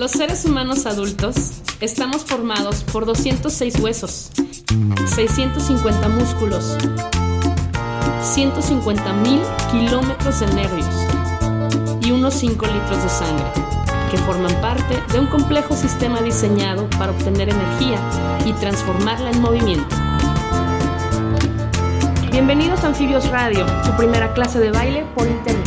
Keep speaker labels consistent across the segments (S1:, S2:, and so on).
S1: Los seres humanos adultos estamos formados por 206 huesos, 650 músculos, 150,000 kilómetros de nervios y unos 5 litros de sangre, que forman parte de un complejo sistema diseñado para obtener energía y transformarla en movimiento. Bienvenidos a Anfibios Radio, tu primera clase de baile por internet.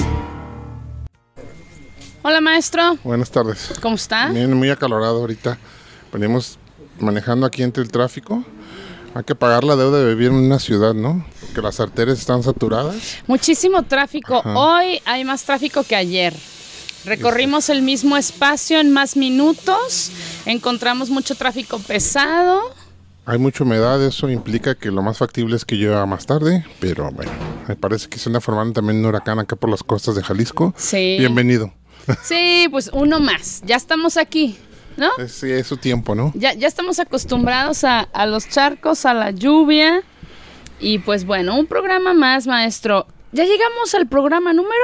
S1: Hola, maestro.
S2: Buenas tardes.
S1: ¿Cómo está?
S2: Bien, muy acalorado ahorita. Venimos manejando aquí entre el tráfico. Hay que pagar la deuda de vivir en una ciudad, ¿no? Porque las arterias están saturadas.
S1: Muchísimo tráfico. Ajá. Hoy hay más tráfico que ayer. Recorrimos el mismo espacio en más minutos. Encontramos mucho tráfico pesado.
S2: Hay mucha humedad, eso implica que lo más factible es que llueva más tarde. Pero bueno, me parece que se anda formando también un huracán acá por las costas de Jalisco.
S1: Sí.
S2: Bienvenido.
S1: Sí, pues uno más. Ya estamos aquí, ¿no?
S2: Sí, es su tiempo, ¿no?
S1: Ya estamos acostumbrados a los charcos, a la lluvia. Y pues bueno, un programa más, maestro. ¿Ya llegamos al programa número?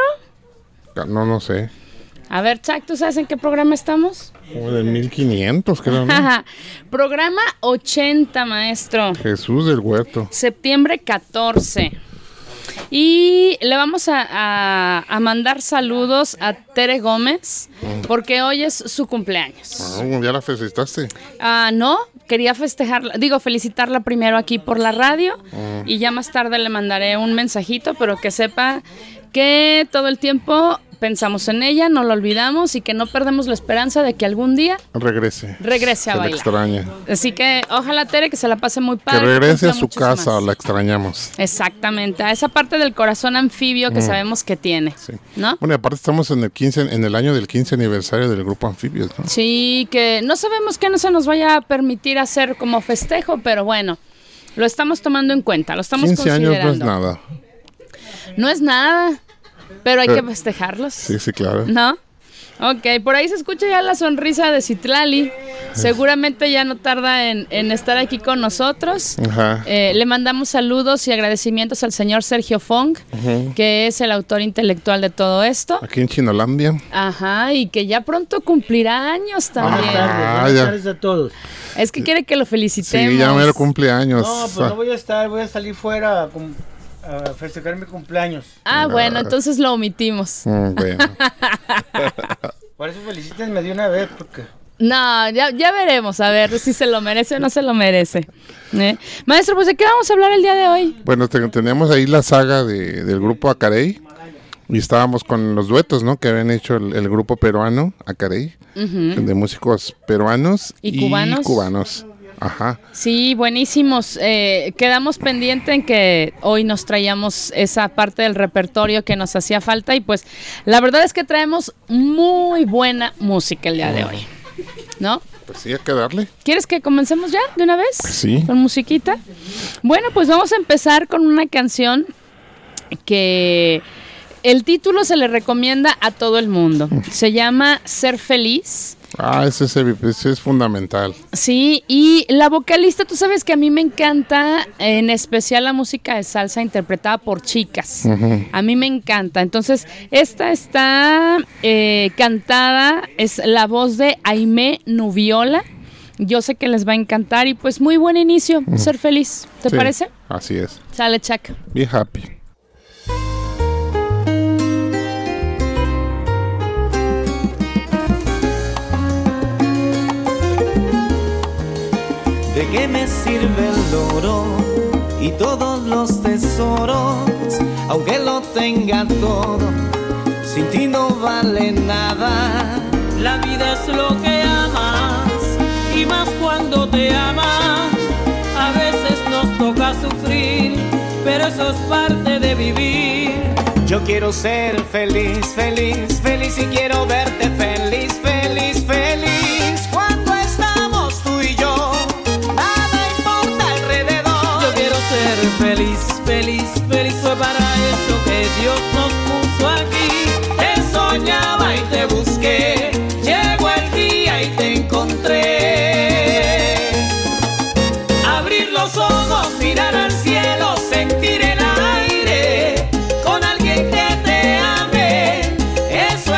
S2: No sé.
S1: A ver, Chuck, ¿tú sabes en qué programa estamos?
S2: Como del 1500, creo, ¿no?
S1: Programa 80, maestro.
S2: Jesús del Huerto.
S1: Septiembre 14. Y le vamos a mandar saludos a Tere Gómez, porque hoy es su cumpleaños.
S2: ¿Ya la felicitaste?
S1: No, quería felicitarla primero aquí por la radio y ya más tarde le mandaré un mensajito, pero que sepa que todo el tiempo pensamos en ella, no la olvidamos y que no perdemos la esperanza de que algún día regrese a bailar.
S2: Se la extraña.
S1: Así que ojalá, Tere, que se la pase muy padre.
S2: Que regrese a su casa, la extrañamos.
S1: Exactamente, a esa parte del corazón anfibio que sabemos que tiene, sí. ¿No?
S2: Bueno, y aparte estamos en el año del 15 aniversario del grupo Anfibios, ¿no?
S1: Sí, que no sabemos qué no se nos vaya a permitir hacer como festejo, pero bueno, lo estamos tomando en cuenta, lo estamos
S2: 15
S1: considerando.
S2: 15 años no es nada.
S1: No es nada. Pero hay que festejarlos.
S2: Sí, claro.
S1: ¿No? Ok, por ahí se escucha ya la sonrisa de Citlali. Seguramente ya no tarda en estar aquí con nosotros.
S2: Ajá.
S1: Le mandamos saludos y agradecimientos al señor Sergio Fong, que es el autor intelectual de todo esto.
S2: Aquí en Chinolandia.
S1: Ajá, y que ya pronto cumplirá años también.
S3: Buenas tardes a todos.
S1: Es que quiere que lo felicitemos.
S2: Sí, ya me lo cumpleaños.
S3: No, pues no voy a estar, voy a salir fuera a festejar mi cumpleaños.
S1: Bueno, entonces lo omitimos.
S2: Bueno.
S3: Por eso felicítenme de una vez, porque...
S1: No, ya veremos, a ver si se lo merece o no se lo merece. Maestro, pues ¿de qué vamos a hablar el día de hoy?
S2: Bueno, tenemos ahí la saga del grupo Acarey. Y estábamos con los duetos, ¿no? Que habían hecho el grupo peruano, Acarey, de músicos peruanos
S1: y
S2: cubanos. Ajá.
S1: Sí, buenísimos. Quedamos pendiente en que hoy nos traíamos esa parte del repertorio que nos hacía falta y pues la verdad es que traemos muy buena música el día de hoy, ¿no?
S2: Pues sí, hay que darle.
S1: ¿Quieres que comencemos ya de una vez?
S2: Pues sí.
S1: Con musiquita. Bueno, pues vamos a empezar con una canción que el título se le recomienda a todo el mundo. Se llama Ser Feliz.
S2: Ese es fundamental.
S1: Sí, y la vocalista, tú sabes que a mí me encanta, en especial la música de salsa interpretada por chicas. A mí me encanta. Entonces, esta está cantada, es la voz de Aimé Nubiola. Yo sé que les va a encantar y pues muy buen inicio, Ser Feliz. ¿Te parece?
S2: Así es.
S1: Sale, Chuck.
S2: Be happy.
S4: ¿De qué me sirve el oro y todos los tesoros? Aunque lo tenga todo, sin ti no vale nada.
S5: La vida es lo que amas, y más cuando te amas. A veces nos toca sufrir, pero eso es parte de vivir.
S4: Yo quiero ser feliz, feliz, feliz y quiero verte feliz, feliz, feliz. Cuando estamos tú y yo, nada importa alrededor.
S5: Yo quiero ser feliz, feliz, feliz. Fue para eso que Dios nos puso aquí. Te soñaba y te busqué, llegó el día y te encontré. Abrir los ojos, mirar al cielo, sentir el aire con alguien que te ame. Eso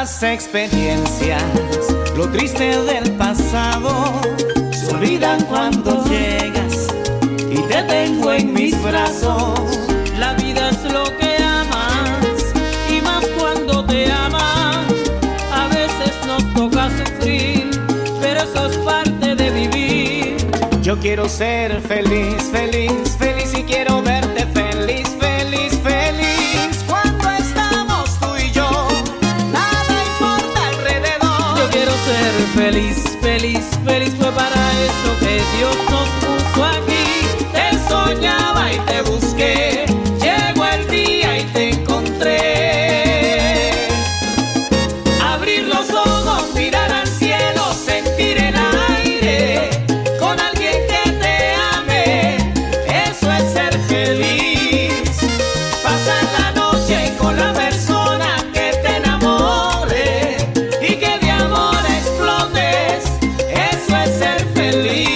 S4: malas experiencias, lo triste del pasado, se olvidan cuando llegas y te tengo en mis brazos.
S5: La vida es lo que amas y más cuando te aman. A veces nos toca sufrir, pero eso es parte de vivir.
S4: Yo quiero ser feliz, feliz, feliz y quiero verte feliz, feliz, feliz. Cuando estamos tú y yo, nada importa alrededor.
S5: Yo quiero ser feliz, feliz, feliz. Fue para eso que Dios nos puso aquí. Te soñaba y te busqué. Llegó el día y te encontré. Abrir los ojos, mirar al cielo, sentir el aire con alguien que te ame. Eso es ser feliz. Pasar la noche con la persona que te enamore y que de amor explotes. Eso es ser feliz.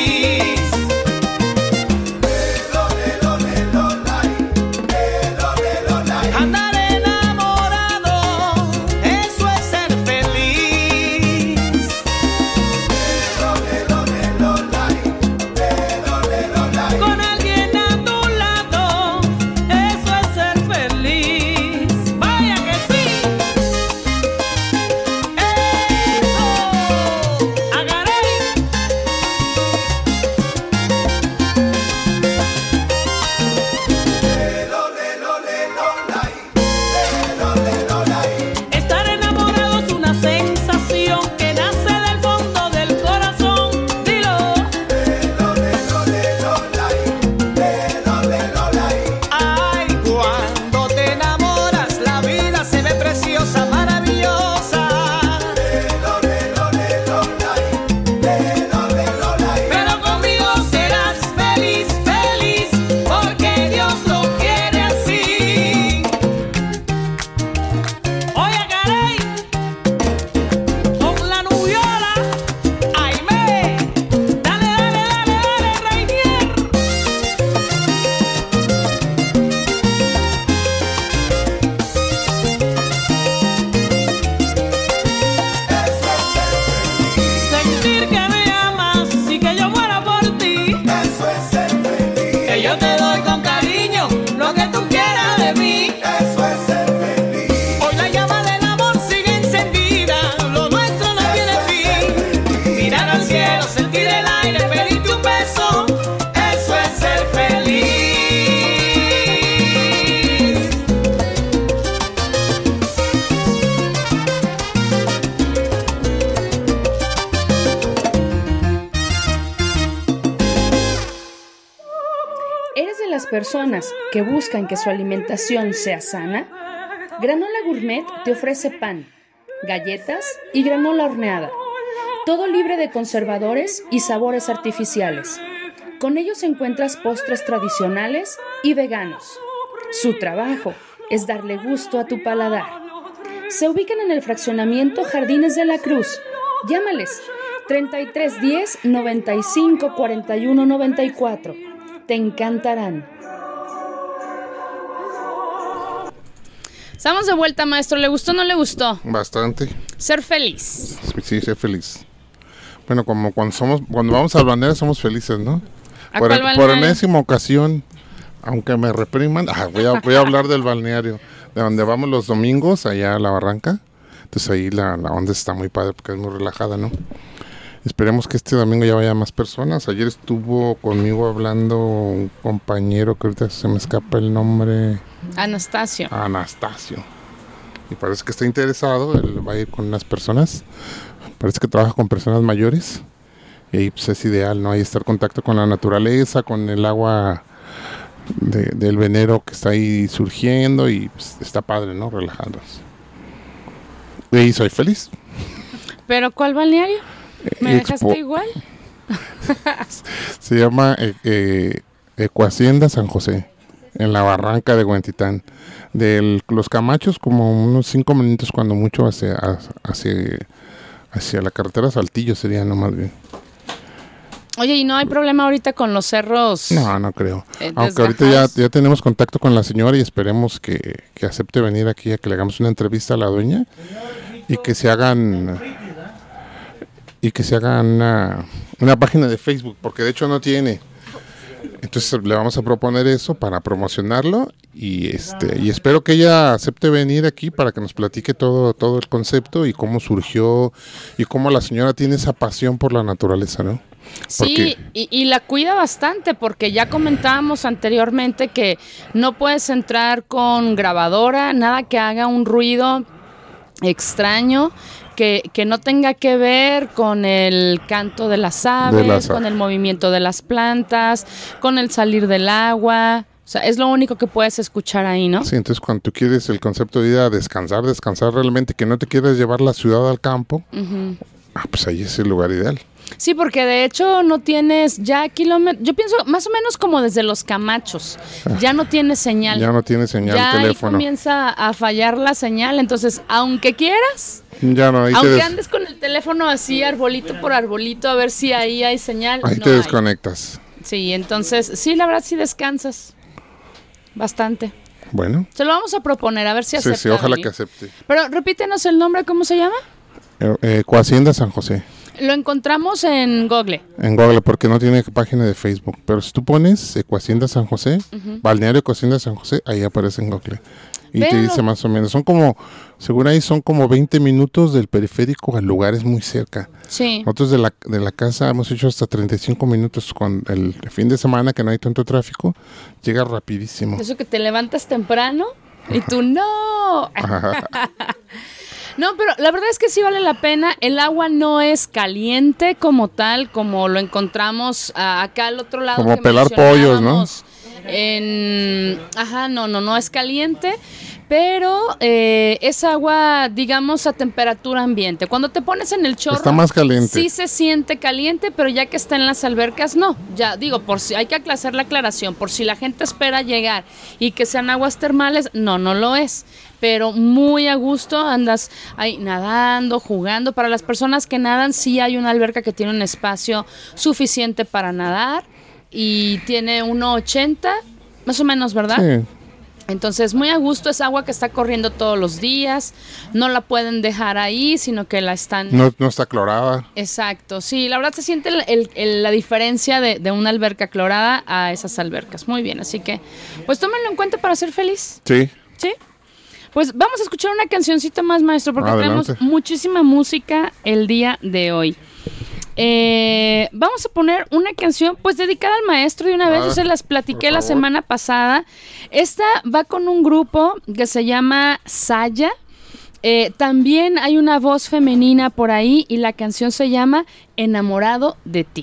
S5: Andar enamorado, eso es ser feliz. Con alguien a tu lado, eso es ser feliz. Vaya que sí. Eso, agarré. Estar enamorado es una sensación que nace del fondo del corazón. Dilo. Ay, cuando te enamoras, la vida se ve preciosa, maravillosa. Pero conmigo serás feliz, feliz, porque Dios lo quiere así. Oye, caray, con la nubiola, Aimé, dale, dale, dale, dale, Rainier. Sentir que me amas y que yo muero por ti. Que yo te doy con cariño lo que tú quieras de mí. Hoy la llama del amor sigue encendida, lo nuestro no tiene fin. Mirar al cielo, sentir el aire, pedirte un beso, eso es ser feliz.
S1: ¿Eres de las personas que buscan que su alimentación sea sana? Granola Gourmet te ofrece pan, galletas y granola horneada. Todo libre de conservadores y sabores artificiales. Con ellos encuentras postres tradicionales y veganos. Su trabajo es darle gusto a tu paladar. Se ubican en el fraccionamiento Jardines de la Cruz. Llámales 3310 95 41 94. Te encantarán. Estamos de vuelta, maestro. ¿Le gustó o no le gustó?
S2: Bastante.
S1: Ser feliz.
S2: Sí, ser feliz. Bueno, como cuando vamos al balneario somos felices, ¿no?
S1: ¿A
S2: Por
S1: cuál balneario?
S2: enésima ocasión, aunque me repriman, voy a hablar del balneario, de donde vamos los domingos, allá a la Barranca. Entonces ahí la onda está muy padre porque es muy relajada, ¿no? Esperemos que este domingo ya vaya más personas. Ayer estuvo conmigo hablando un compañero que ahorita se me escapa el nombre.
S1: Anastasio.
S2: Y parece que está interesado, él va a ir con unas personas. Parece que trabaja con personas mayores. Y ahí pues es ideal, ¿no? Ahí estar en contacto con la naturaleza, con el agua del venero que está ahí surgiendo. Y pues está padre, ¿no? Relajándose. Y soy feliz.
S1: ¿Pero cuál balneario? ¿Me dejaste igual?
S2: Se llama Ecohacienda San José, en la Barranca de Huentitán. De Los Camachos, como unos 5 minutos cuando mucho hacia la carretera Saltillo sería, no, más bien.
S1: Oye, ¿y no hay problema ahorita con los cerros?
S2: No creo. Aunque ahorita ya tenemos contacto con la señora y esperemos que acepte venir aquí a que le hagamos una entrevista a la dueña. y que se hagan una página de Facebook, porque de hecho no tiene. Entonces le vamos a proponer eso para promocionarlo y espero que ella acepte venir aquí para que nos platique todo el concepto y cómo surgió y cómo la señora tiene esa pasión por la naturaleza, ¿no?
S1: Sí, y la cuida bastante, porque ya comentábamos anteriormente que no puedes entrar con grabadora, nada que haga un ruido extraño, que no tenga que ver con el canto de las aves, con el movimiento de las plantas, con el salir del agua. O sea, es lo único que puedes escuchar ahí, ¿no?
S2: Sí, entonces cuando tú quieres el concepto de ir a descansar realmente, que no te quieres llevar la ciudad al campo, pues ahí es el lugar ideal.
S1: Sí, porque de hecho no tienes ya kilómetros, yo pienso más o menos como desde Los Camachos, ya no tiene señal.
S2: Ya no tiene señal
S1: ya
S2: el teléfono.
S1: Ahí comienza a fallar la señal, entonces aunque quieras,
S2: ya no, ahí
S1: aunque andes con el teléfono así arbolito por arbolito a ver si ahí hay señal.
S2: Ahí
S1: no
S2: te
S1: hay.
S2: Desconectas.
S1: Sí, entonces sí, la verdad sí descansas bastante.
S2: Bueno.
S1: Se lo vamos a proponer, a ver si acepta.
S2: Sí, ojalá
S1: venir.
S2: que acepte.
S1: Pero repítenos el nombre, ¿cómo se llama?
S2: Ecohacienda San José.
S1: Lo encontramos en Google.
S2: En Google, porque no tiene página de Facebook. Pero si tú pones Ecohacienda San José, Balneario Ecohacienda San José, ahí aparece en Google. Y te dice más o menos. Son como, según ahí, son como 20 minutos del periférico al lugar, es muy cerca.
S1: Sí.
S2: Nosotros de la casa hemos hecho hasta 35 minutos con el fin de semana, que no hay tanto tráfico. Llega rapidísimo.
S1: Eso que te levantas temprano y tú no. No, pero la verdad es que sí vale la pena. El agua no es caliente como tal, como lo encontramos acá al otro lado.
S2: Como pelar pollos, ¿no?
S1: No es caliente, pero es agua, digamos, a temperatura ambiente. Cuando te pones en el chorro,
S2: está más caliente.
S1: Sí se siente caliente, pero ya que está en las albercas, no. Ya digo, por si hay que hacer la aclaración, por si la gente espera llegar y que sean aguas termales, no lo es. Pero muy a gusto, andas ahí nadando, jugando. Para las personas que nadan, sí hay una alberca que tiene un espacio suficiente para nadar y tiene 1.80, más o menos, ¿verdad?
S2: Sí.
S1: Entonces, muy a gusto, es agua que está corriendo todos los días, no la pueden dejar ahí, sino que la están...
S2: No está clorada.
S1: Exacto, sí, la verdad se siente la diferencia de una alberca clorada a esas albercas. Muy bien, así que, pues tómenlo en cuenta para ser feliz.
S2: Sí.
S1: ¿Sí? Pues vamos a escuchar una cancioncita más, maestro, porque
S2: Adelante.
S1: tenemos muchísima música el día de hoy. Vamos a poner una canción pues dedicada al maestro de una vez. Yo se las platiqué la semana pasada. Esta va con un grupo que se llama Saya. También hay una voz femenina por ahí y la canción se llama Enamorado de ti.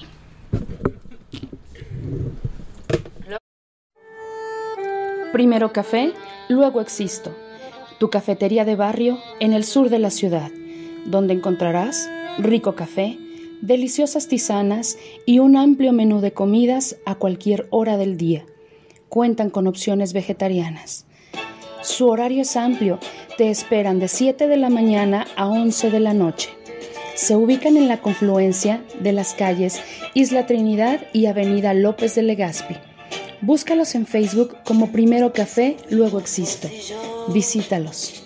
S1: Primero café, luego existo. Tu cafetería de barrio en el sur de la ciudad, donde encontrarás rico café, deliciosas tisanas y un amplio menú de comidas a cualquier hora del día. Cuentan con opciones vegetarianas. Su horario es amplio, te esperan de 7 de la mañana a 11 de la noche. Se ubican en la confluencia de las calles Isla Trinidad y Avenida López de Legazpi. Búscalos en Facebook como Primero Café, luego existo. Visítalos.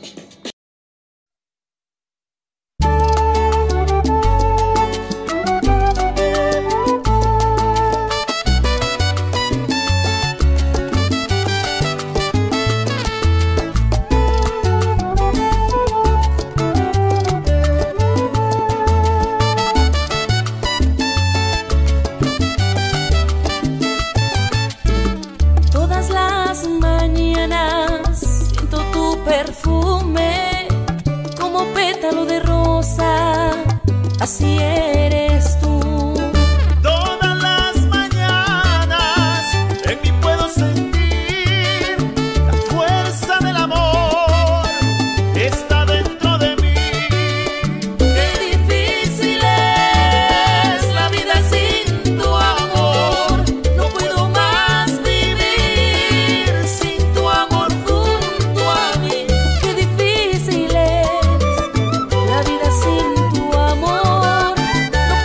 S5: Todas las mañanas siento tu perfume como pétalo de rosa, así eres tú.
S6: Todas las mañanas en mí puedo sentir la fuerza del amor, está dentro de mí.
S5: Qué difícil es la vida sin tu amor, no puedo más vivir sin tu amor junto a mí. Qué difícil es la vida sin tu amor, no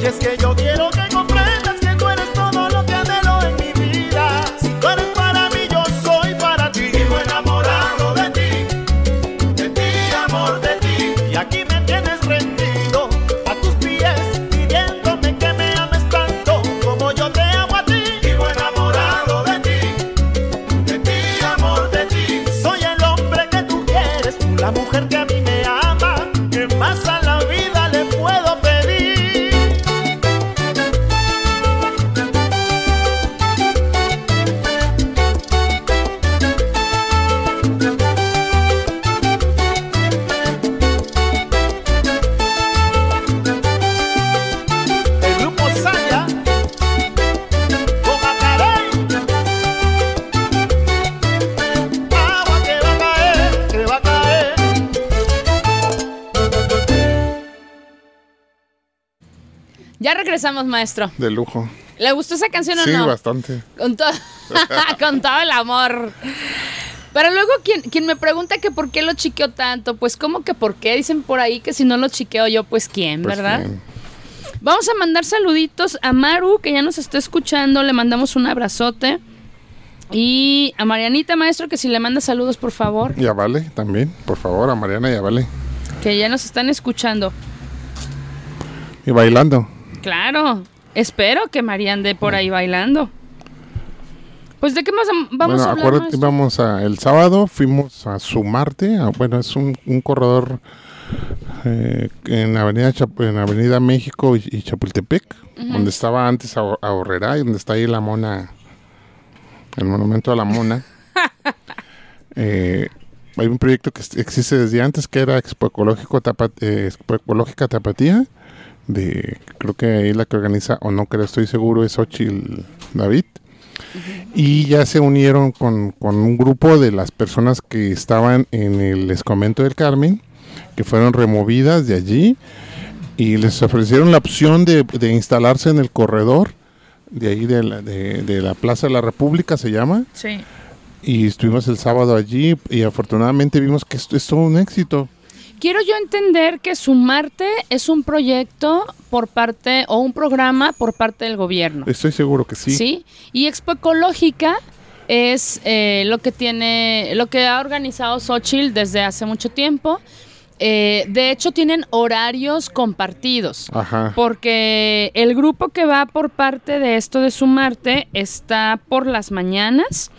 S6: es que yo quiero que comprendas que tú eres todo lo que anhelo en mi vida. Si tú eres para mí, yo soy para ti. Vivo enamorado de ti, amor de ti. Y aquí me tienes rendido a tus pies, pidiéndome que me ames tanto como yo te amo a ti. Vivo enamorado de ti, amor de ti. Soy el hombre que tú quieres, tú la mujer que a mí me ama. ¿Qué más a la vida le puedo pedir? El grupo Saya con Macarey. Agua que va a caer, que va a caer.
S1: Ya regresamos, maestro.
S2: De lujo.
S1: ¿Le gustó esa canción o
S2: Sí,
S1: no?
S2: bastante.
S1: Con, con todo el amor. Pero luego quien me pregunta que por qué lo chiqueo tanto, pues ¿cómo que por qué? Dicen por ahí que si no lo chiqueo yo, pues ¿quién,
S2: Pues,
S1: verdad?
S2: bien.
S1: Vamos a mandar saluditos a Maru, que ya nos está escuchando, le mandamos un abrazote. Y a Marianita, maestro, que si le manda saludos, por favor,
S2: Ya vale, también. Por favor, a Mariana ya vale.
S1: que ya nos están escuchando.
S2: Y bailando.
S1: Claro, espero que María ande por ahí bailando. Pues ¿de qué más vamos a hablar,
S2: acuérdate,
S1: maestro?
S2: el sábado fuimos a Sumarte. Bueno, es un corredor en Avenida México y Chapultepec, donde estaba antes Aurrera y donde está ahí la mona, el monumento a la mona. Hay un proyecto que existe desde antes que era Expo Ecológica Tapatía. Creo que ahí la que organiza, o no creo, estoy seguro, es Xochitl David. Y ya se unieron con un grupo de las personas que estaban en el Esconvento del Carmen, que fueron removidas de allí, y les ofrecieron la opción de instalarse en el corredor de ahí de la Plaza de la República, se llama.
S1: Sí.
S2: Y estuvimos el sábado allí y afortunadamente vimos que esto es todo un éxito.
S1: Quiero yo entender que Sumarte es un proyecto por parte, o un programa por parte del gobierno.
S2: Estoy seguro que sí.
S1: Sí. Y Expo Ecológica es lo que ha organizado Xochitl desde hace mucho tiempo. De hecho, tienen horarios compartidos.
S2: Ajá.
S1: Porque el grupo que va por parte de esto de Sumarte está por las mañanas.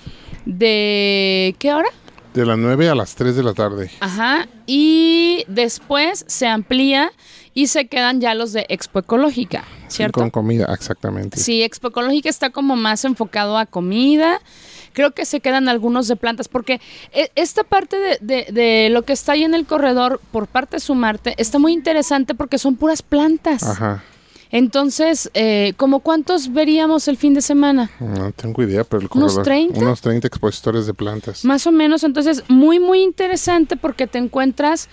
S1: ¿De qué hora?
S2: De las 9 a las 3 de la tarde.
S1: Ajá, y después se amplía y se quedan ya los de Expo Ecológica, ¿cierto?
S2: Sí, con comida, exactamente.
S1: Sí, Expo Ecológica está como más enfocado a comida. Creo que se quedan algunos de plantas, porque esta parte de lo que está ahí en el corredor por parte de Sumarte está muy interesante porque son puras plantas.
S2: Ajá.
S1: Entonces, ¿como cuántos veríamos el fin de semana?
S2: No tengo idea, pero el
S1: ¿Unos
S2: corredor,
S1: 30?
S2: unos 30 expositores de plantas.
S1: Más o menos, entonces muy muy interesante porque te encuentras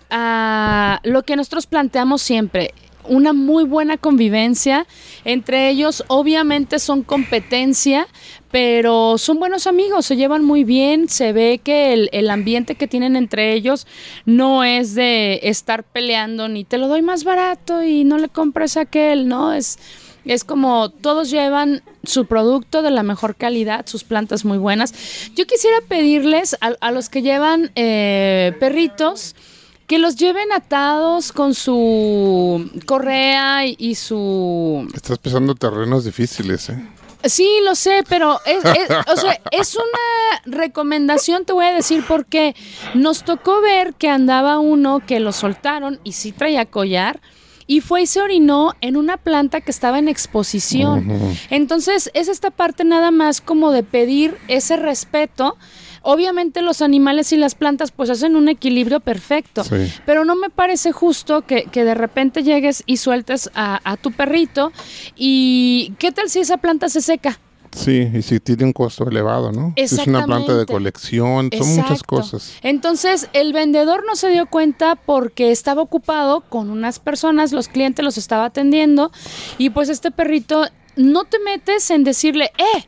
S1: a lo que nosotros planteamos siempre, una muy buena convivencia, entre ellos obviamente son competencia, pero son buenos amigos, se llevan muy bien, se ve que el ambiente que tienen entre ellos no es de estar peleando ni te lo doy más barato y no le compres a aquel, ¿no? Es como todos llevan su producto de la mejor calidad, sus plantas muy buenas. Yo quisiera pedirles a los que llevan perritos que los lleven atados con su correa y su...
S2: Estás pisando terrenos difíciles, ¿eh?
S1: Sí, lo sé, pero es una recomendación, te voy a decir por qué. Nos tocó ver que andaba uno que lo soltaron y sí traía collar, y fue y se orinó en una planta que estaba en exposición. Entonces, es esta parte nada más como de pedir ese respeto. Obviamente los animales y las plantas pues hacen un equilibrio perfecto,
S2: Sí.
S1: pero no me parece justo que de repente llegues y sueltes a tu perrito y ¿qué tal si esa planta se seca?
S2: Sí, y si tiene un costo elevado, ¿no? Es una planta de colección, son muchas
S1: Exacto.
S2: cosas.
S1: Entonces, el vendedor no se dio cuenta porque estaba ocupado con unas personas, los clientes los estaba atendiendo y pues este perrito, no te metes en decirle,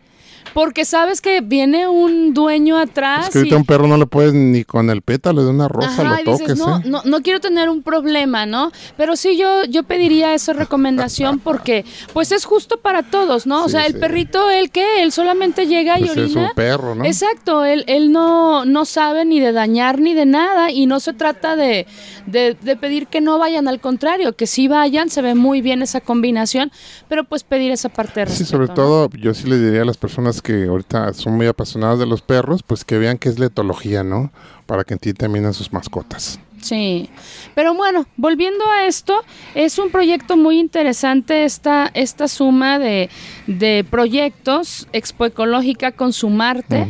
S1: porque sabes que viene un dueño atrás.
S2: Es que ahorita a un perro no le puedes ni con el pétalo de una rosa lo toques.
S1: Dices, no quiero tener un problema, ¿no? Pero sí, yo pediría esa recomendación porque pues es justo para todos, ¿no? O sea, el perrito, ¿él qué? Él solamente llega y orina.
S2: Es un perro, ¿no?
S1: Exacto, él no sabe ni de dañar ni de nada y no se trata de pedir que no vayan, al contrario, que sí vayan, se ve muy bien esa combinación, pero pues pedir esa parte de respeto.
S2: Sí, sobre todo, yo sí le diría a las personas que ahorita son muy apasionadas de los perros, pues que vean qué es la etología, ¿no? Para que entiendan también a sus mascotas.
S1: Sí, pero bueno, volviendo a esto, es un proyecto muy interesante esta suma de proyectos, Expo Ecológica Consumarte.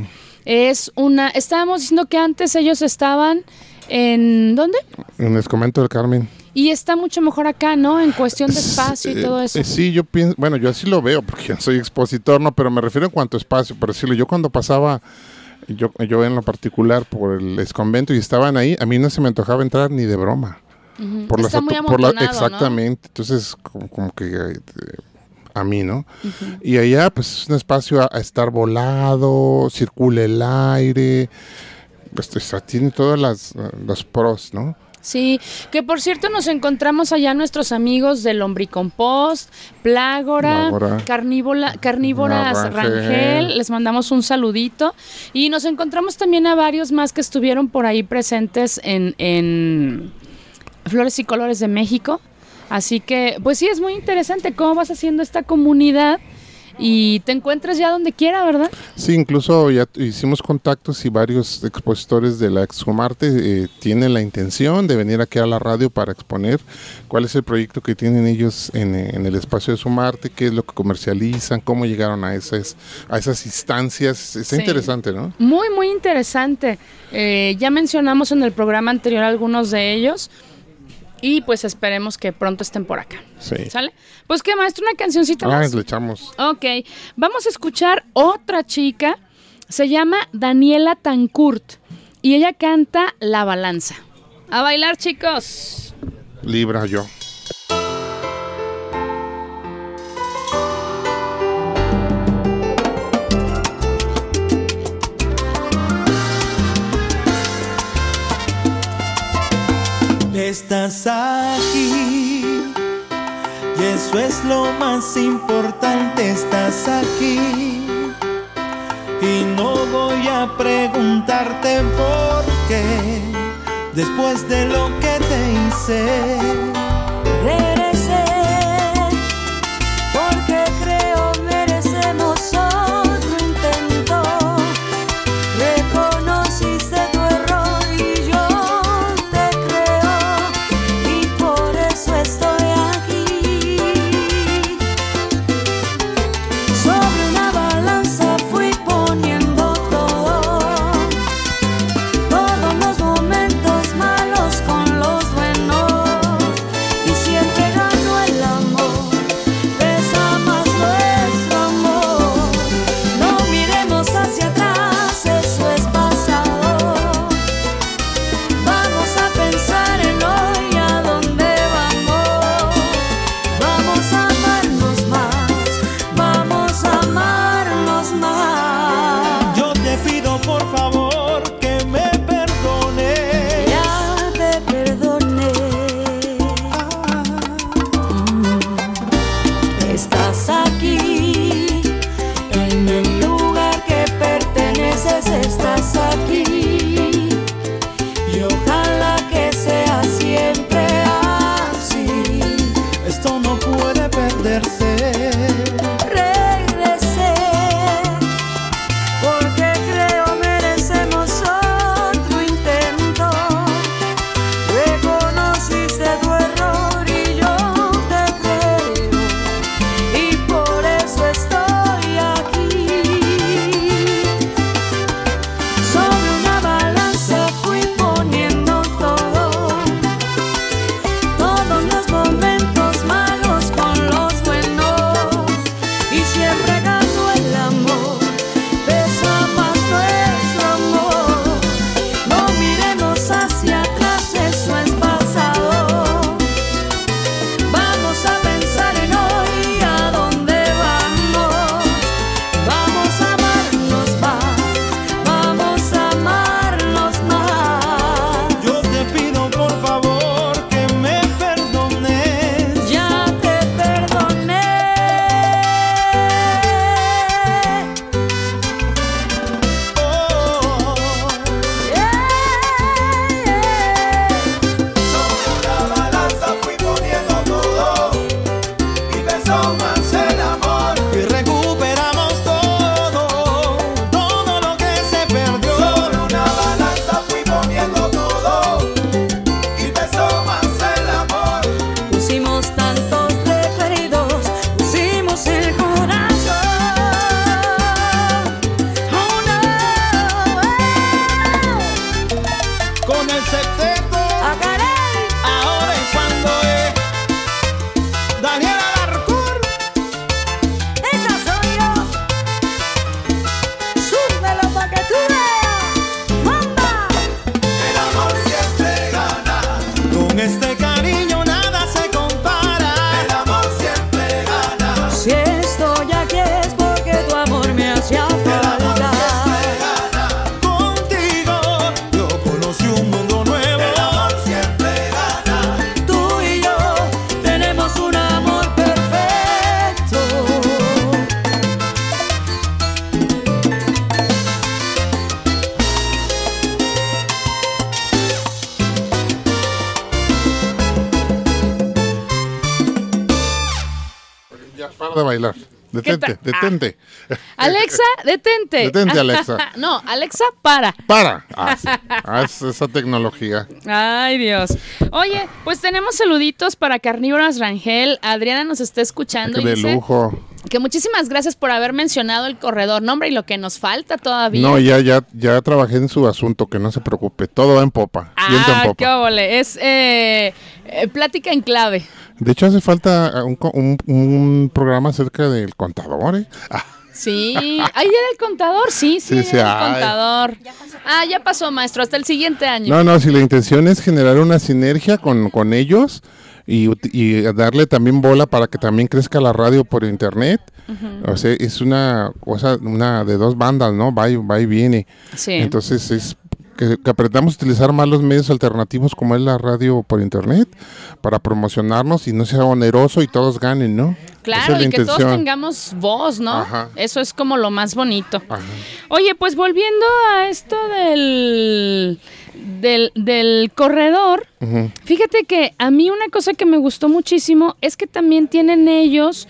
S1: Estábamos diciendo que antes ellos estaban en, ¿dónde?
S2: En Escomento del Carmen.
S1: Y está mucho mejor acá, ¿no? En cuestión de espacio y todo eso.
S2: Sí, yo pienso, bueno, yo así lo veo, porque yo soy expositor, ¿no? Pero me refiero en cuanto a espacio, por decirlo. Yo cuando pasaba, yo en lo particular por el exconvento y estaban ahí, a mí no se me antojaba entrar ni de broma.
S1: Uh-huh. Está muy amontonado,
S2: exactamente, ¿no? Entonces como que a mí, ¿no? Uh-huh. Y allá, pues es un espacio a estar volado, circula el aire, pues, tiene todos los pros, ¿no?
S1: Sí, que por cierto nos encontramos allá nuestros amigos de Lombricompost, Plágora, Carnívoras Rangel, les mandamos un saludito y nos encontramos también a varios más que estuvieron por ahí presentes en Flores y Colores de México, así que pues sí, es muy interesante cómo vas haciendo esta comunidad y te encuentras ya donde quiera, ¿verdad?
S2: Sí, incluso ya hicimos contactos y varios expositores de la Excomarte tienen la intención de venir aquí a la radio para exponer cuál es el proyecto que tienen ellos en el espacio de Sumarte, qué es lo que comercializan, cómo llegaron a esas instancias. Está interesante, ¿no? Muy,
S1: muy interesante. Ya mencionamos en el programa anterior algunos de ellos. Y pues esperemos que pronto estén por acá.
S2: Sí.
S1: ¿Sale? Pues qué, maestro, una cancioncita más.
S2: Le echamos.
S1: Ok, vamos a escuchar otra chica. Se llama Daniela Tancourt y ella canta La Balanza. A bailar, chicos.
S2: Libra yo.
S6: Estás aquí y eso es lo más importante, estás aquí y no voy a preguntarte por qué, después de lo que te hice, regresé porque creo merecemos otro intento, reconociste tu error y yo estoy aquí. Sobre una balanza fui poniendo todos los momentos malos con los buenos, y siempre ganó el amor, pesa más nuestro amor. No miremos hacia atrás, eso es pasado. Vamos a pensar en hoy, a dónde vamos a amarnos más. Yo te pido por favor que me perdones. Ya te perdoné. Estás aquí, en el lugar que perteneces, estás aquí. Y ojalá que sea siempre así. Esto no puede perderse. Regresé porque creo merecemos otro intento. Reconociste tu error y yo te creo, y por eso estoy aquí. Sobre una balanza fui poniendo todos los momentos malos con los buenos, y siempre pesó más el amor.
S5: Y recuperamos todo, todo lo que se perdió.
S6: Sobre una balanza fui poniendo todo y pesó más el amor.
S7: Pusimos tantos recuerdos, pusimos el corazón. Oh no,
S5: Con el septeto,
S7: ah, caray.
S5: ahora es cuando es. Daniela Alarcón,
S7: Esa soy yo. Súbelo pa' que tú veas. ¡Bomba!
S6: El amor siempre gana,
S5: con este cariño nada se compara.
S6: el amor siempre gana,
S7: Si estoy aquí es porque tu amor me hacía falta.
S5: Contigo yo conocí un mundo nuevo.
S6: el amor siempre gana.
S7: Tú y yo tenemos un amor perfecto.
S2: Ya, para de bailar. Detente,
S1: tal?
S2: detente.
S1: Alexa, detente.
S2: Detente, Alexa.
S1: No, Alexa, para.
S2: Para. Sí. Esa tecnología.
S1: Ay, Dios. Oye, pues tenemos saluditos para Carnívoros Rangel. Adriana nos está escuchando y
S2: De
S1: dice
S2: lujo.
S1: que muchísimas gracias por haber mencionado el corredor. No, hombre, y lo que nos falta todavía.
S2: No, ya trabajé en su asunto, que no se preocupe. Todo va en popa. Viento en
S1: Ah,
S2: popa.
S1: qué óvole. Es plática en clave.
S2: De hecho, hace falta un programa acerca del contador, ¿eh? Ah,
S1: Sí. ¿Ahí era el contador? Sí,
S2: Sí,
S1: era el
S2: ay.
S1: contador. Ya pasó, maestro. Hasta el siguiente año.
S2: no, si la intención es generar una sinergia con ellos y darle también bola para que también crezca la radio por internet. O sea, es una cosa, una de dos bandas, ¿no? Va y viene.
S1: Sí.
S2: Entonces es que aprendamos a utilizar más los medios alternativos como es la radio por internet para promocionarnos y no sea oneroso y todos ganen, ¿no? Esa
S1: Claro,
S2: es la
S1: y que todos
S2: intención.
S1: tengamos voz, ¿no?
S2: Ajá.
S1: Eso es como lo más bonito.
S2: Ajá.
S1: Oye, pues volviendo a esto del corredor,
S2: Ujú.
S1: fíjate que a mí una cosa que me gustó muchísimo es que también tienen ellos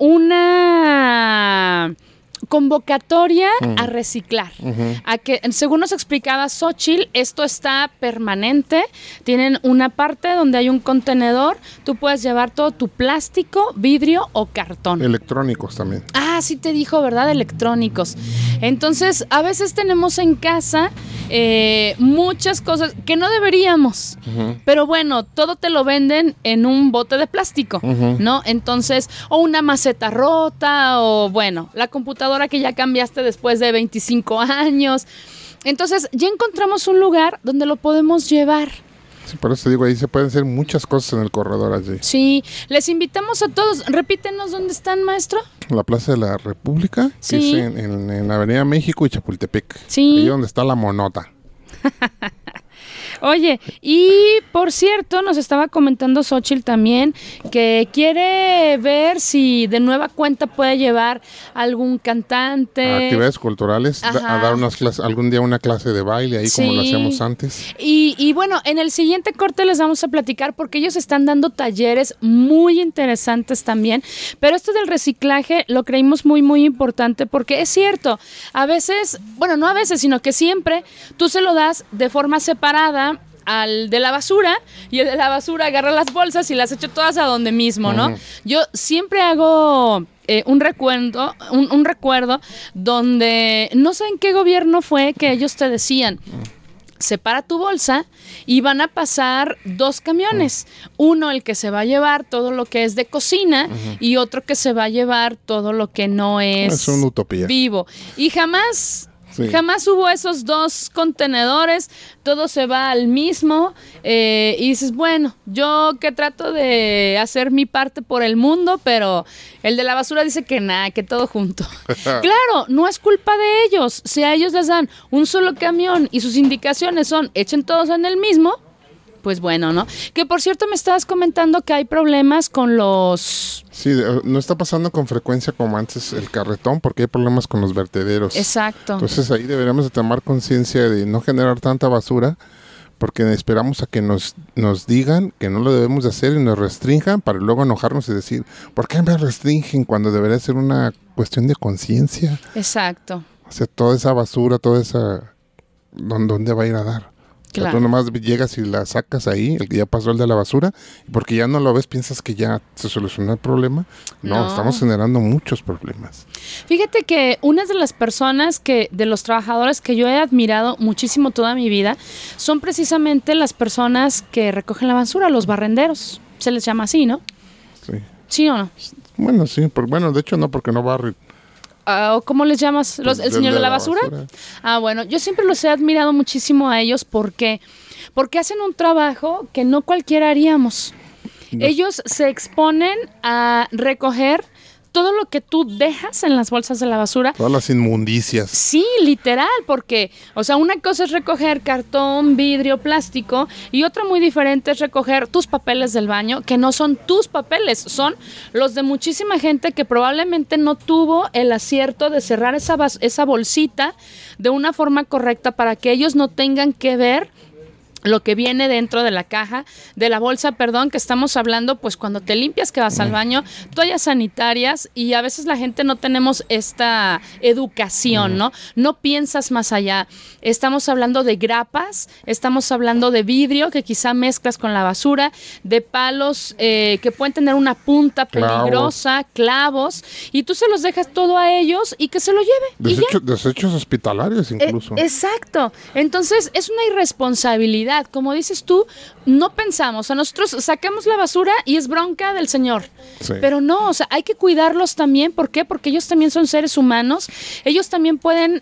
S1: una convocatoria a reciclar. A que, según nos explicaba Xóchitl, esto está permanente. Tienen una parte donde hay un contenedor. Tú puedes llevar todo tu plástico, vidrio o cartón.
S2: Electrónicos también.
S1: Ah, sí te dijo, ¿verdad? Electrónicos. Entonces, a veces tenemos en casa muchas cosas que no deberíamos. Pero bueno, todo te lo venden en un bote de plástico, ¿no? Entonces, o una maceta rota, o bueno, la computadora que ya cambiaste después de 25 años. Entonces, ya encontramos un lugar donde lo podemos llevar.
S2: Sí, por eso te digo, ahí se pueden hacer muchas cosas en el corredor allí.
S1: Sí, les invitamos a todos. Repítenos dónde están, maestro.
S2: La Plaza de la República,
S1: Sí.
S2: que es en Avenida México y Chapultepec.
S1: Sí.
S2: Ahí donde está la monota.
S1: Oye, y por cierto, nos estaba comentando Xóchitl también que quiere ver si de nueva cuenta puede llevar algún cantante.
S2: Actividades culturales,
S1: Ajá.
S2: a dar unas clases, algún día una clase de baile ahí como lo
S1: Sí.
S2: hacíamos antes.
S1: Y bueno, en el siguiente corte les vamos a platicar porque ellos están dando talleres muy interesantes también. Pero esto del reciclaje lo creímos muy, muy importante porque es cierto, a veces, bueno, no a veces, sino que siempre tú se lo das de forma separada al de la basura y el de la basura agarra las bolsas y las echa todas a donde mismo, ¿no? Yo siempre hago un recuerdo donde no sé en qué gobierno fue que ellos te decían: separa tu bolsa y van a pasar dos camiones. Uno, el que se va a llevar todo lo que es de cocina y otro que se va a llevar todo lo que no
S2: Es una utopía.
S1: vivo. Y jamás...
S2: Sí.
S1: Jamás hubo esos dos contenedores, todo se va al mismo y dices, bueno, yo que trato de hacer mi parte por el mundo, pero el de la basura dice que nada, que todo junto. Claro, no es culpa de ellos. Si a ellos les dan un solo camión y sus indicaciones son echen todos en el mismo, pues bueno, ¿no? Que por cierto me estabas comentando que hay problemas con los...
S2: Sí, no está pasando con frecuencia como antes el carretón porque hay problemas con los vertederos.
S1: Exacto.
S2: Entonces ahí deberíamos de tomar conciencia de no generar tanta basura porque esperamos a que nos digan que no lo debemos de hacer y nos restrinjan para luego enojarnos y decir, ¿por qué me restringen cuando debería ser una cuestión de conciencia?
S1: Exacto.
S2: O sea, toda esa basura, toda esa... ¿Dónde va a ir a dar?
S1: Claro.
S2: O sea, tú nomás llegas y la sacas ahí, el que ya pasó el de la basura, y porque ya no lo ves, piensas que ya se solucionó el problema. No, estamos generando muchos problemas.
S1: Fíjate que una de las personas de los trabajadores que yo he admirado muchísimo toda mi vida, son precisamente las personas que recogen la basura, los barrenderos. Se les llama así, ¿no?
S2: Sí.
S1: ¿Sí o no?
S2: Bueno, sí, bueno, de hecho no, porque no barren.
S1: ¿O cómo les llamas? ¿El señor de la basura? Ah, bueno, yo siempre los he admirado muchísimo a ellos porque hacen un trabajo que no cualquiera haríamos. Ellos se exponen a recoger todo lo que tú dejas en las bolsas de la basura.
S2: Todas las inmundicias.
S1: Sí, literal, porque, o sea, una cosa es recoger cartón, vidrio, plástico, y otra muy diferente es recoger tus papeles del baño, que no son tus papeles, son los de muchísima gente que probablemente no tuvo el acierto de cerrar esa bolsita de una forma correcta para que ellos no tengan que ver lo que viene dentro de la caja, de la bolsa, perdón, que estamos hablando, pues cuando te limpias que vas al baño, toallas sanitarias, y a veces la gente no tenemos esta educación, ¿no? No piensas más allá. Estamos hablando de grapas, estamos hablando de vidrio que quizá mezclas con la basura, de palos que pueden tener una punta peligrosa, clavos, y tú se los dejas todo a ellos y que se lo lleve.
S2: Desechos hospitalarios incluso.
S1: Exacto. Entonces es una irresponsabilidad. Como dices tú, no pensamos, nosotros sacamos la basura y es bronca del señor. Sí. Pero no, o sea, hay que cuidarlos también. ¿Por qué? Porque ellos también son seres humanos. Ellos también pueden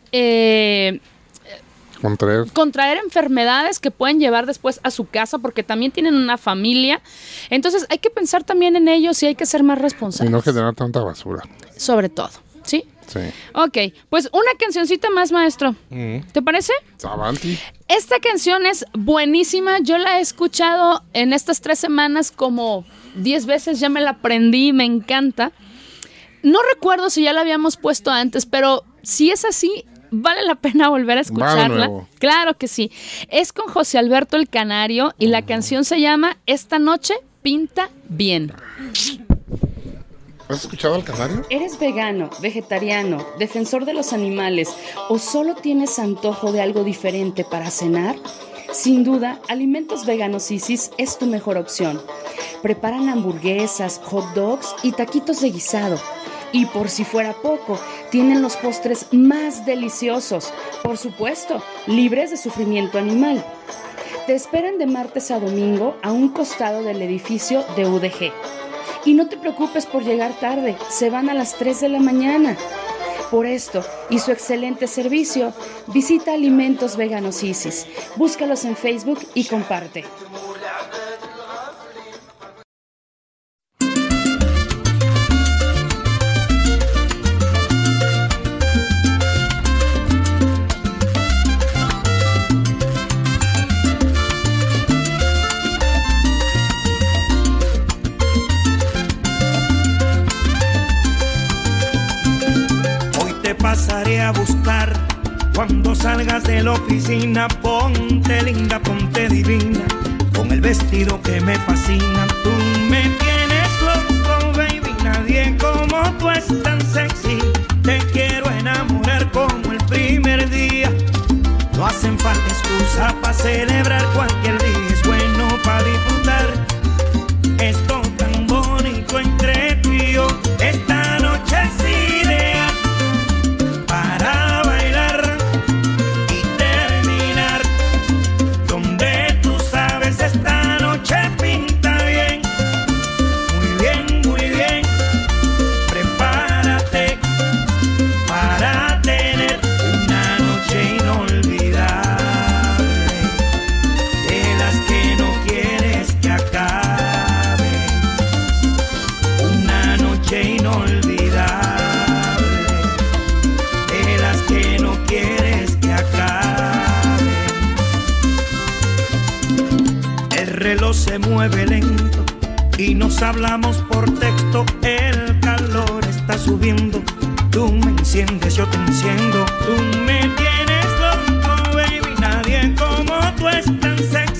S1: contraer enfermedades que pueden llevar después a su casa, porque también tienen una familia. Entonces hay que pensar también en ellos y hay que ser más responsables.
S2: Y no generar tanta basura.
S1: Sobre todo, ¿sí?
S2: Sí.
S1: Ok, pues una cancioncita más, maestro. ¿Te parece?
S2: Avanti.
S1: Esta canción es buenísima. Yo la he escuchado en estas 3 semanas como 10 veces. Ya me la aprendí, me encanta. No recuerdo si ya la habíamos puesto antes, pero si es así, vale la pena volver a escucharla. Claro que sí. Es con José Alberto el Canario y la canción se llama Esta noche pinta bien.
S2: ¿Has escuchado al Canario?
S1: ¿Eres vegano, vegetariano, defensor de los animales o solo tienes antojo de algo diferente para cenar? Sin duda, Alimentos Veganos Isis es tu mejor opción. Preparan hamburguesas, hot dogs y taquitos de guisado. Y por si fuera poco, tienen los postres más deliciosos, por supuesto, libres de sufrimiento animal. Te esperan de martes a domingo a un costado del edificio de UDG. Y no te preocupes por llegar tarde, se van a las 3 de la mañana. Por esto y su excelente servicio, visita Alimentos Veganos Isis. Búscalos en Facebook y comparte.
S8: Pasaré a buscar cuando salgas de la oficina. Ponte linda, ponte divina, con el vestido que me fascina. Tú me tienes loco, baby, nadie como tú es tan sexy. Te quiero enamorar como el primer día. No hacen falta excusas para celebrar, cualquier día es bueno para disfrutar. Esto tan bonito entre tú y yo, esta noche es ideal para bailar y terminar donde tú sabes esta noche pinta bien. Muy bien, muy bien. Prepárate para tener una noche inolvidable, de las que no quieres que acabe. Una noche inolvidable, que no quieres que acabe. El reloj se mueve lento y nos hablamos por texto. El calor está subiendo, tú me enciendes, yo te enciendo. Tú me tienes loco, baby, nadie como tú es tan sexy.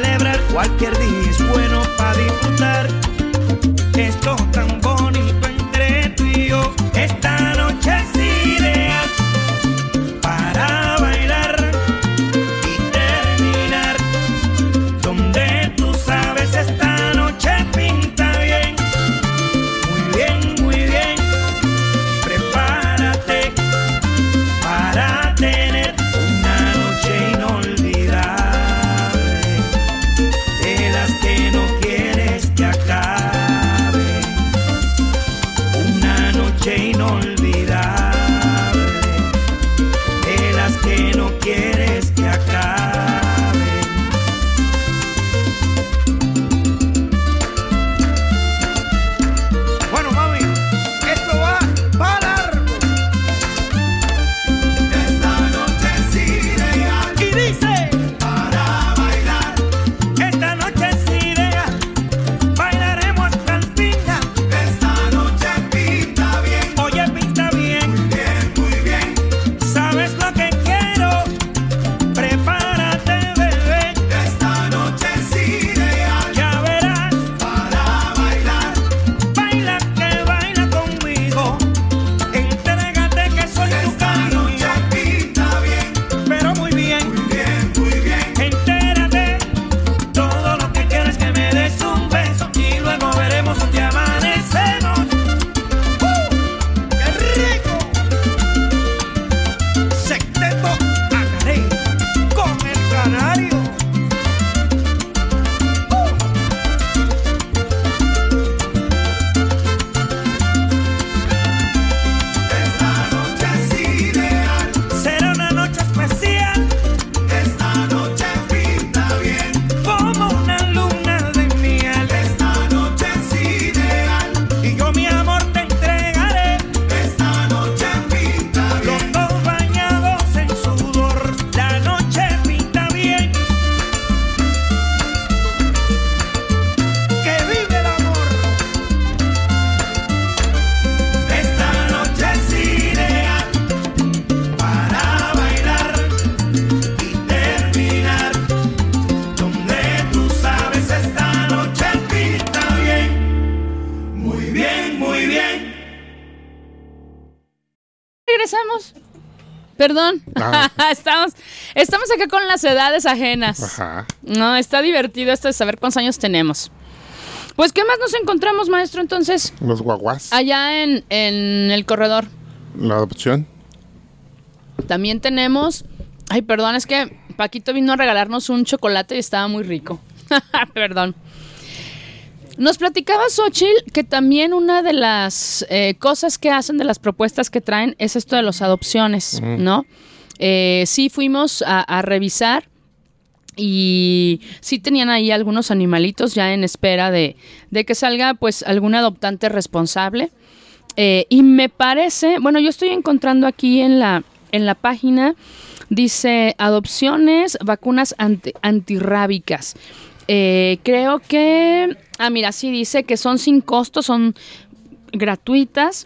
S8: celebrar, cualquier día es bueno para disfrutar. Esto tan bonito entre tú y yo, esta noche es ideal para bailar y terminar. Donde tú sabes esta noche pinta bien, muy bien, muy bien. Prepárate para tener una noche inolvidable, de las que no quieres que acabe. Una noche inolvidable, de las que no quieres que acabe. Bueno, mami, esto va para largo.
S6: Esta noche es ideal
S8: Y dice,
S6: para bailar.
S8: esta noche es ideal, bailaremos hasta el final.
S6: Esta noche pinta bien,
S8: Oye, pinta bien,
S6: muy bien.
S8: ¿sabes lo que quiero? Prepárate, bebé,
S6: Esta noche es ideal
S8: ya verás.
S6: para bailar.
S8: Baila que baila conmigo, entrégate que soy tu
S6: Esta noche
S8: cariño,
S6: pinta bien,
S8: pero muy bien.
S6: muy bien.
S8: Entérate, todo lo que quieres que me des un beso y luego veremos si amanecemos. ¡Qué rico! Sexteto Acaré con el canario.
S6: Esta noche es ideal,
S8: Será una noche especial,
S6: esta noche pinta bien.
S8: como una luna de miel.
S6: Esta noche es ideal,
S8: Y yo mi amor te entregaré,
S6: esta noche pinta
S8: los
S6: bien.
S8: dos bañados en sudor. La noche pinta bien. ¡Que vive el amor!
S6: Esta noche es ideal para bailar y terminar. Donde tú sabes esta noche pinta bien, muy bien, muy bien.
S1: Regresamos. Perdón.
S2: Ah.
S1: estamos acá con las edades ajenas.
S2: Ajá.
S1: No, está divertido esto de saber cuántos años tenemos. Pues, ¿qué más nos encontramos, maestro, entonces?
S2: Los guaguas.
S1: Allá en el corredor.
S2: La adopción.
S1: También tenemos... Ay, perdón, es que Paquito vino a regalarnos un chocolate y estaba muy rico. Perdón. Nos platicaba Xóchitl que también una de las cosas que hacen, de las propuestas que traen, es esto de las adopciones, ¿no? Sí fuimos a revisar y sí tenían ahí algunos animalitos ya en espera de que salga pues algún adoptante responsable. Y me parece, bueno, yo estoy encontrando aquí en la página, dice adopciones, vacunas antirrábicas. Creo que, mira, sí dice que son sin costo, son gratuitas.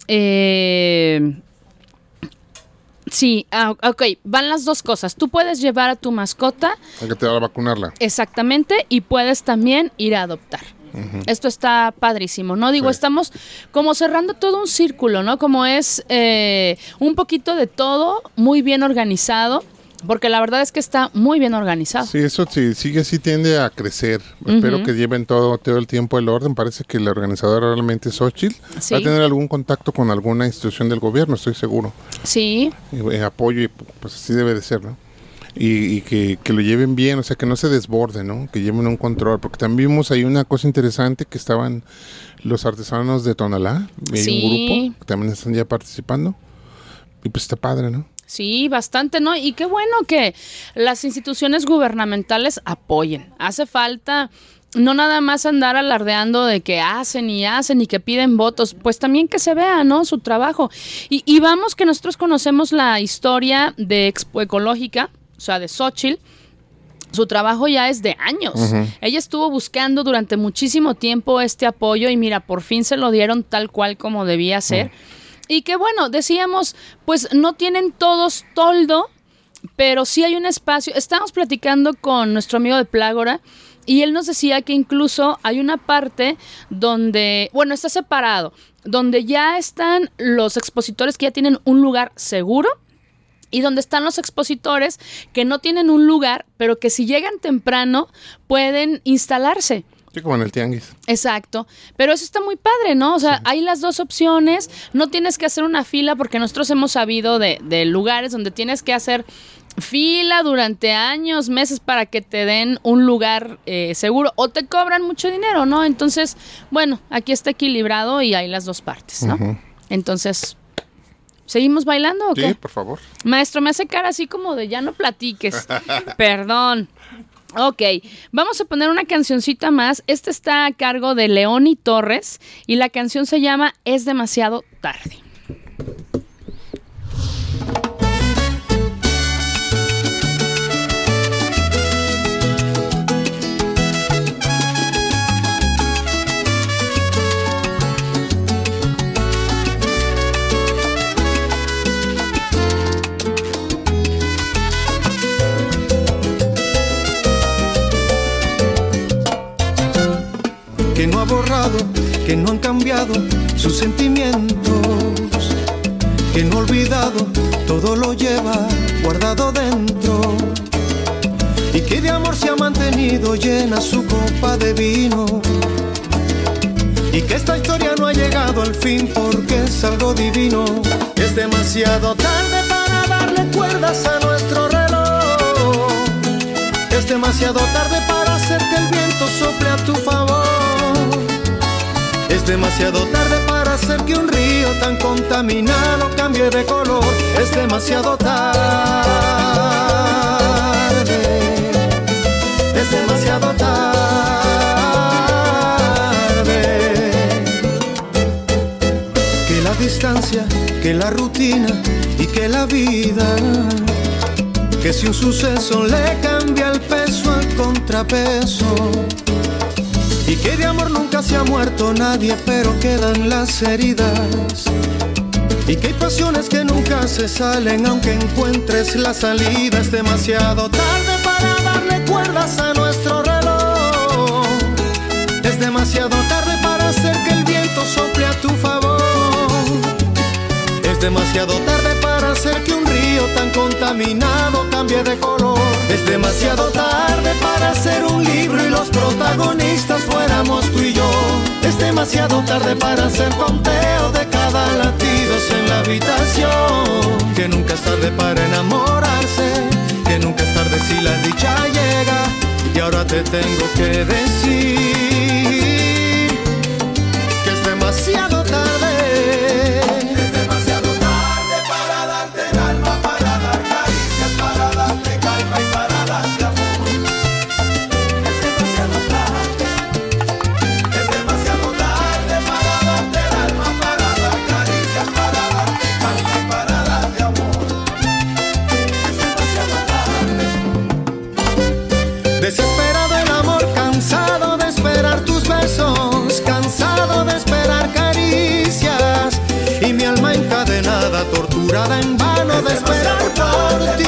S1: Sí, ok, van las dos cosas. Tú puedes llevar a tu mascota.
S2: Hay que te va a vacunarla.
S1: Exactamente, y puedes también ir a adoptar. Esto está padrísimo, ¿no? Digo,
S2: Sí.
S1: estamos como cerrando todo un círculo, ¿no? Como es un poquito de todo, muy bien organizado, porque la verdad es que está muy bien organizado.
S2: Sí, eso sí, sigue así, tiende a crecer. Espero que lleven todo el tiempo el orden. Parece que la organizadora realmente es Xóchitl.
S1: Sí.
S2: Va a tener algún contacto con alguna institución del gobierno, estoy seguro.
S1: Sí,
S2: Apoyo, y pues así debe de ser, ¿no? Y que lo lleven bien, o sea, que no se desborde, ¿no? Que lleven un control, porque también vimos ahí una cosa interesante, que estaban los artesanos de Tonalá, y hay
S1: Sí.
S2: un grupo que también están ya participando, y pues está padre, ¿no?
S1: sí, bastante, ¿no? Y qué bueno que las instituciones gubernamentales apoyen. Hace falta no nada más andar alardeando de que hacen y que piden votos, pues también que se vea, ¿no? Su trabajo. Y vamos que nosotros conocemos la historia de Expo Ecológica, o sea, de Xóchitl. Su trabajo ya es de años. Ella estuvo buscando durante muchísimo tiempo este apoyo y mira, por fin se lo dieron tal cual como debía ser. Y que bueno, decíamos, pues no tienen todos toldo, pero sí hay un espacio. Estábamos platicando con nuestro amigo de Plágora y él nos decía que incluso hay una parte donde, bueno, está separado, donde ya están los expositores que ya tienen un lugar seguro y donde están los expositores que no tienen un lugar, pero que si llegan temprano pueden instalarse.
S2: Sí, como en el tianguis.
S1: Exacto, pero eso está muy padre, ¿no? O sea, hay las dos opciones, no tienes que hacer una fila porque nosotros hemos sabido de lugares donde tienes que hacer fila durante años, meses para que te den un lugar seguro o te cobran mucho dinero, ¿no? Entonces, bueno, aquí está equilibrado y hay las dos partes, ¿no? Entonces, ¿seguimos bailando o qué?
S2: Sí, por favor.
S1: Maestro, me hace cara así como de ya no platiques. Perdón. Ok, vamos a poner una cancioncita más. Esta está a cargo de Leoni Torres y la canción se llama Es demasiado tarde.
S9: Que no ha borrado, que no han cambiado sus sentimientos, que no ha olvidado, todo lo lleva guardado dentro, y que de amor se ha mantenido llena su copa de vino, y que esta historia no ha llegado al fin porque es algo divino. Es demasiado tarde para darle cuerdas a nuestro reloj, es demasiado tarde para hacer que el viento sople a tu favor. Es demasiado tarde para hacer que un río tan contaminado cambie de color. Es demasiado tarde. Es demasiado tarde. Que la distancia, que la rutina y que la vida, que si un suceso le cambia el peso al contrapeso, y que de amor nunca se ha muerto nadie, pero quedan las heridas, y que hay pasiones que nunca se salen aunque encuentres la salida. Es demasiado tarde para darle cuerdas a nuestro reloj, es demasiado tarde para hacer que el viento sople a tu favor, es demasiado tarde para hacer que un río tan contaminado cambie de color. Es demasiado tarde para hacer un libro y los protagonistas fuéramos tú y yo. Es demasiado tarde para hacer conteo de cada latido en la habitación. Que nunca es tarde para enamorarse, que nunca es tarde si la dicha llega. Y ahora te tengo que decir que es demasiado tarde. Desesperado el amor, cansado de esperar tus besos, cansado de esperar caricias, y mi alma encadenada, torturada en vano de esperar por ti.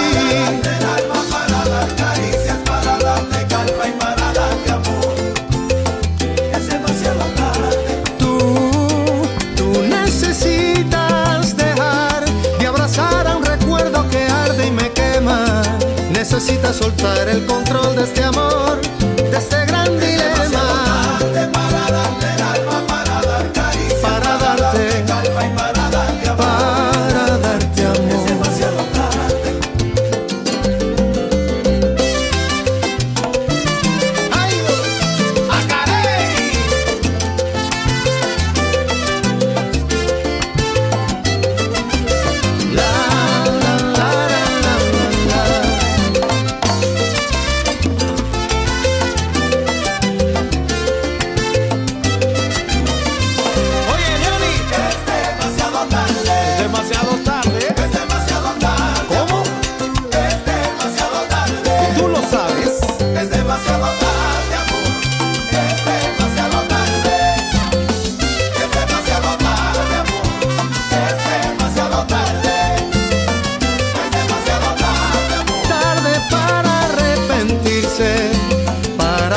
S9: Tú necesitas dejar de abrazar a un recuerdo que arde y me quema. Necesitas soltar el control de este amor, de este gran dilema. Para darte el alma, para dar caricias, para darte calma y para darte amor. Para darte amor. Es demasiado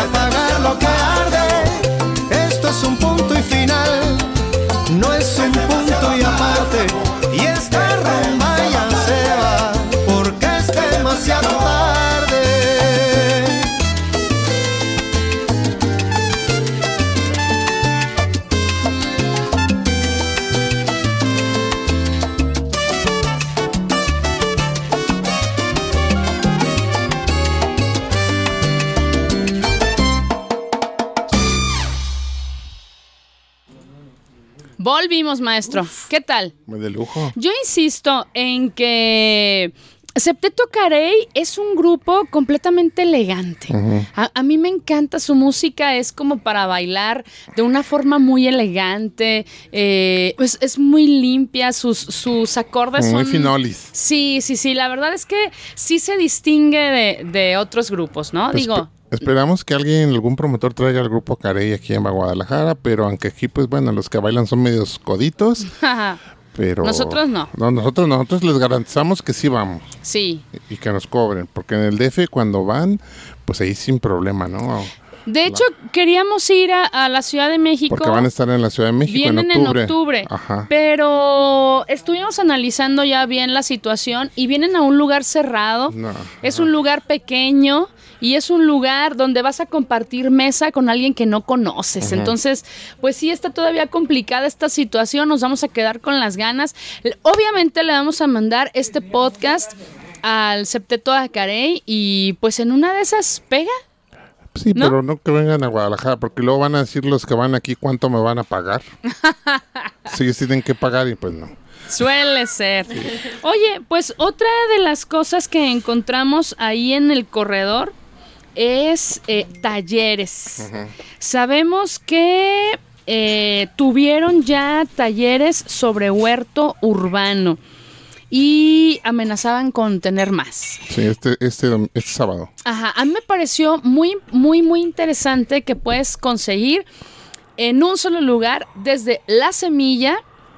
S9: apagar lo que arde. Esto es un punto y final, no es un punto y aparte. Y esta rumba ya se va porque es demasiado tarde.
S1: Volvimos, maestro. ¿Qué tal?
S2: Muy de lujo.
S1: Yo insisto en que Septeto Carey es un grupo completamente elegante. A mí me encanta su música, es como para bailar de una forma muy elegante, pues es muy limpia, sus acordes
S2: muy
S1: son...
S2: finolis.
S1: Sí, la verdad es que sí se distingue de otros grupos, ¿no? Digo...
S2: Esperamos que algún promotor traiga el grupo Carey aquí en Guadalajara, pero aunque aquí, pues bueno, los que bailan son medios coditos, pero...
S1: Nosotros no.
S2: Nosotros les garantizamos que sí vamos.
S1: Sí.
S2: Y que nos cobren, porque en el DF cuando van, pues ahí sin problema, ¿no?
S1: De hecho, queríamos ir a la Ciudad de México.
S2: Porque van a estar en la Ciudad de México
S1: Vienen
S2: en octubre.
S1: En octubre.
S2: Ajá.
S1: Pero estuvimos analizando ya bien la situación y vienen a un lugar cerrado.
S2: No.
S1: Es un lugar pequeño y es un lugar donde vas a compartir mesa con alguien que no conoces. Entonces, pues sí está todavía complicada esta situación. Nos vamos a quedar con las ganas. Obviamente le vamos a mandar este podcast al Septeto Carey y pues en una de esas pega.
S2: Sí,
S1: ¿no?
S2: Pero no que vengan a Guadalajara, porque luego van a decir los que van aquí cuánto me van a pagar. Sí, tienen que pagar y pues no.
S1: Suele ser. Sí. Oye, pues otra de las cosas que encontramos ahí en el corredor es talleres. Sabemos que tuvieron ya talleres sobre huerto urbano y amenazaban con tener más.
S2: Sí, este sábado.
S1: Ajá, a mí me pareció muy interesante que puedes conseguir en un solo lugar desde la semilla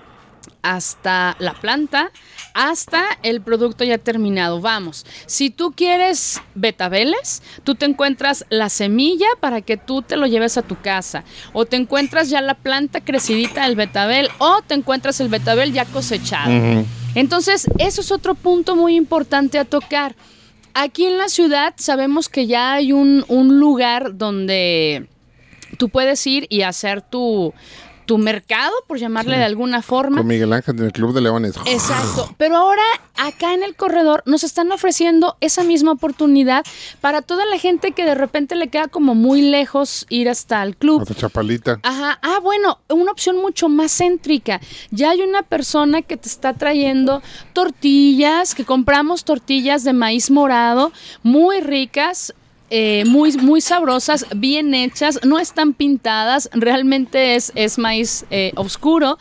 S1: hasta la planta, hasta el producto ya terminado. Vamos, si tú quieres betabeles, tú te encuentras la semilla para que tú te lo lleves a tu casa, o te encuentras ya la planta crecidita del betabel, o te encuentras el betabel ya cosechado. Entonces, eso es otro punto muy importante a tocar. Aquí en la ciudad sabemos que ya hay un lugar donde tú puedes ir y hacer tu mercado, por llamarle de alguna forma.
S2: Con Miguel Ángel en el Club de Leones.
S1: Exacto. Pero ahora, acá en el corredor, nos están ofreciendo esa misma oportunidad para toda la gente que de repente le queda como muy lejos ir hasta el club.
S2: Hasta Chapalita.
S1: Ajá. Ah, bueno, una opción mucho más céntrica. Ya hay una persona que te está trayendo tortillas, que compramos tortillas de maíz morado, muy ricas, muy sabrosas, bien hechas, no están pintadas, realmente es maíz oscuro.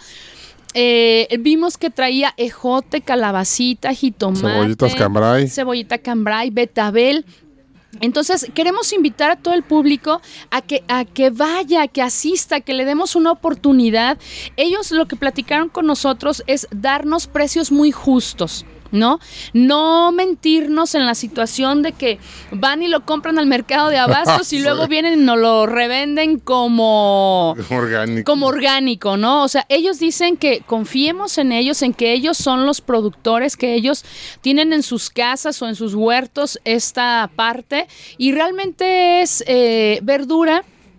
S1: Vimos que traía ejote, calabacita, jitomate, cebollita cambray, betabel. Entonces queremos invitar a todo el público a que vaya, a que asista, que le demos una oportunidad. Ellos lo que platicaron con nosotros es darnos precios muy justos, ¿no? No mentirnos en la situación de que van y lo compran al mercado de abastos y luego vienen y nos lo revenden como orgánico, ¿no? O sea, ellos dicen que confiemos en ellos, en que ellos son los productores, que ellos tienen en sus casas o en sus huertos esta parte y realmente es verdura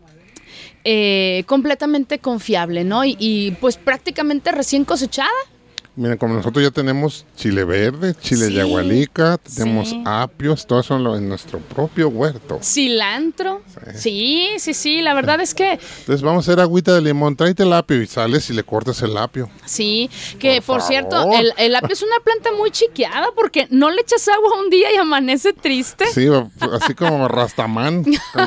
S1: completamente confiable, ¿no? Y pues prácticamente recién cosechada.
S2: Miren, como nosotros ya tenemos chile verde, chile yagualica, tenemos apios, todo eso en nuestro propio huerto.
S1: Cilantro. Sí, la verdad es que...
S2: Entonces vamos a hacer agüita de limón, tráete el apio y sales y le cortas el apio.
S1: Sí, que por cierto, el apio es una planta muy chiqueada porque no le echas agua un día y amanece triste.
S2: Sí, así como Rastamán.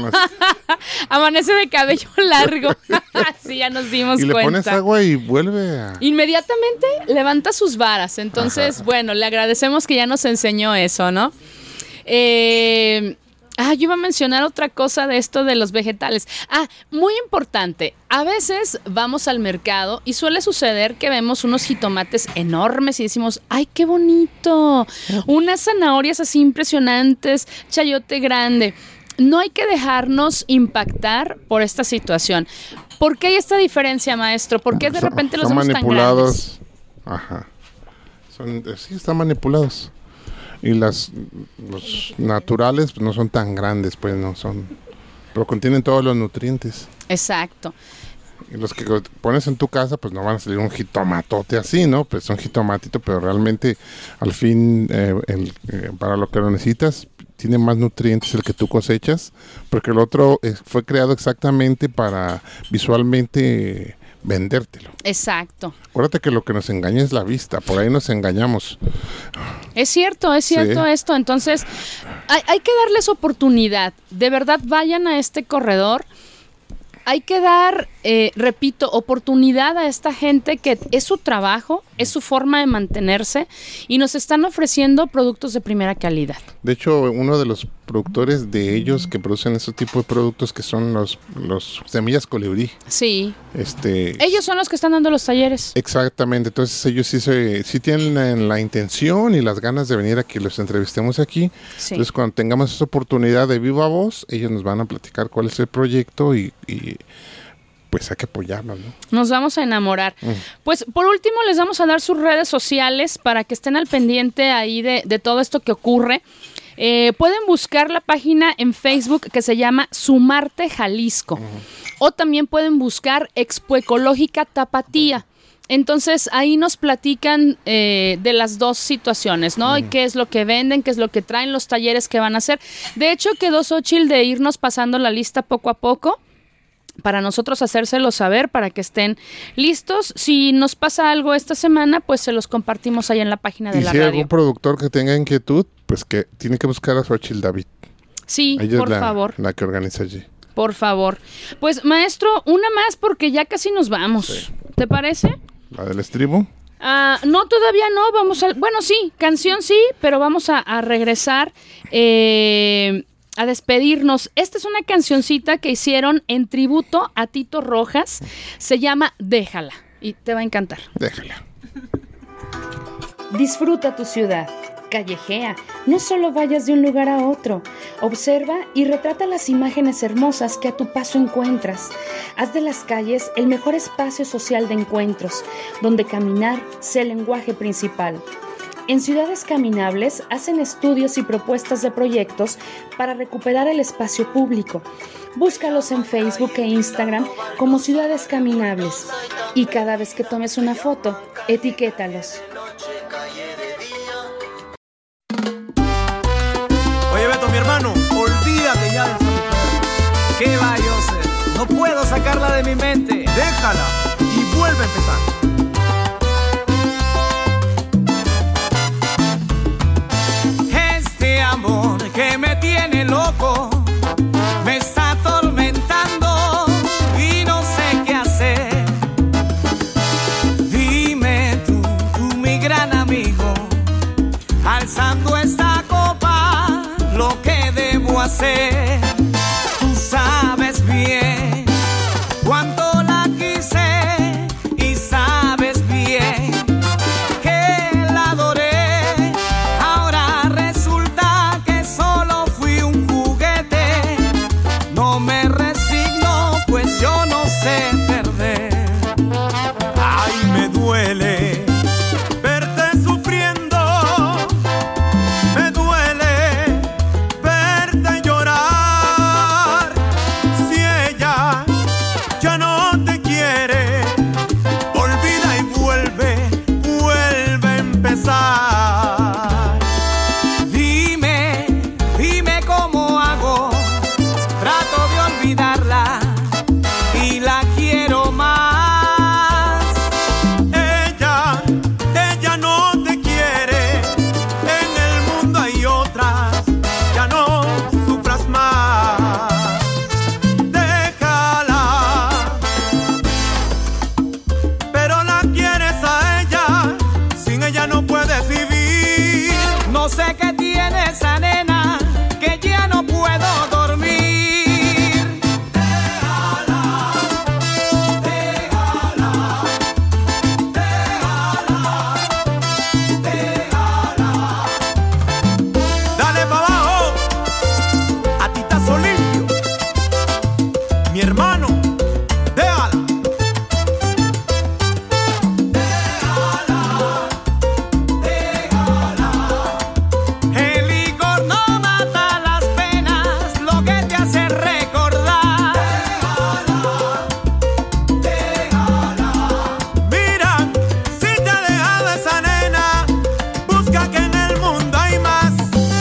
S1: Amanece de cabello largo. Sí, ya nos dimos cuenta.
S2: Y le pones agua y vuelve a...
S1: Inmediatamente levanta sus varas. Entonces, bueno, le agradecemos que ya nos enseñó eso, ¿no? Yo iba a mencionar otra cosa de esto de los vegetales. Muy importante. A veces vamos al mercado y suele suceder que vemos unos jitomates enormes y decimos, ¡ay, qué bonito! Unas zanahorias así impresionantes, chayote grande. no hay que dejarnos impactar por esta situación. ¿Por qué hay esta diferencia, maestro? ¿Por qué de repente los vemos tan grandes?
S2: Ajá. Sí, están manipulados. Y los naturales pues, no son tan grandes, pues no son, pero contienen todos los nutrientes.
S1: Exacto.
S2: Y los que pones en tu casa, pues no van a salir un jitomatote así, ¿no? Pues un jitomatito, pero realmente al fin, para lo que lo necesitas, tiene más nutrientes el que tú cosechas, porque el otro fue creado exactamente para visualmente vendértelo.
S1: Exacto.
S2: Acuérdate que lo que nos engaña es la vista, por ahí nos engañamos.
S1: Es cierto
S2: Sí.
S1: esto. Entonces, hay que darles oportunidad. De verdad, vayan a este corredor. Hay que dar, repito, oportunidad a esta gente que es su trabajo, es su forma de mantenerse y nos están ofreciendo productos de primera calidad.
S2: De hecho, uno de los productores de ellos que producen ese tipo de productos que son los semillas colibrí.
S1: Sí. Ellos son los que están dando los talleres.
S2: Exactamente, entonces ellos sí tienen la intención y las ganas de venir a que los entrevistemos aquí.
S1: Sí.
S2: Entonces cuando tengamos esa oportunidad de viva voz, ellos nos van a platicar cuál es el proyecto y pues hay que apoyarlos, ¿no?
S1: Nos vamos a enamorar. Pues por último les vamos a dar sus redes sociales para que estén al pendiente ahí de todo esto que ocurre. Pueden buscar la página en Facebook que se llama Sumarte Jalisco. O también pueden buscar Expo Ecológica Tapatía. Entonces ahí nos platican de las dos situaciones, ¿no? Y qué es lo que venden, qué es lo que traen, los talleres que van a hacer. De hecho, quedó Xóchitl de irnos pasando la lista poco a poco para nosotros hacérselo saber, para que estén listos. Si nos pasa algo esta semana, pues se los compartimos ahí en la página de la radio.
S2: Y si hay algún productor que tenga inquietud, pues que tiene que buscar a Xóchitl David.
S1: Sí, por favor.
S2: La que organiza allí.
S1: Por favor. Pues, maestro, una más porque ya casi nos vamos. Sí. ¿Te parece?
S2: ¿La del estribo?
S1: No, todavía no. Bueno, sí, canción sí, pero vamos a regresar a despedirnos. Esta es una cancioncita que hicieron en tributo a Tito Rojas. Se llama Déjala y te va a encantar.
S2: Déjala.
S10: Disfruta tu ciudad. Callejea, no solo vayas de un lugar a otro. Observa y retrata las imágenes hermosas que a tu paso encuentras. Haz de las calles el mejor espacio social de encuentros, donde caminar sea el lenguaje principal. En Ciudades Caminables hacen estudios y propuestas de proyectos para recuperar el espacio público. Búscalos en Facebook e Instagram como Ciudades Caminables. Y cada vez que tomes una foto, etiquétalos.
S11: Oye, Beto, mi hermano, olvídate ya de esa mujer.
S4: ¿Qué va, Joseph? No puedo sacarla de mi mente.
S11: Déjala y vuelve a empezar.
S4: Este amor que me tiene loco me está atormentando y no sé qué hacer. Dime tú, mi gran amigo, alzando esta copa, lo que debo hacer. Tú sabes bien cuánto la quise y sabes bien que la adoré. Ahora resulta que solo fui un juguete. No me resigno, pues yo no sé perder.
S11: Ay, me duele verte sufriendo. Me duele verte llorar. Si ella ya no te quiere, olvida y vuelve a empezar.
S4: Dime cómo hago. Trato de olvidarla y la quiero
S11: mi hermano, déjala.
S4: El licor no mata las penas, lo que te hace recordar.
S11: Mira, si te ha dejado esa nena, busca que en el mundo hay más.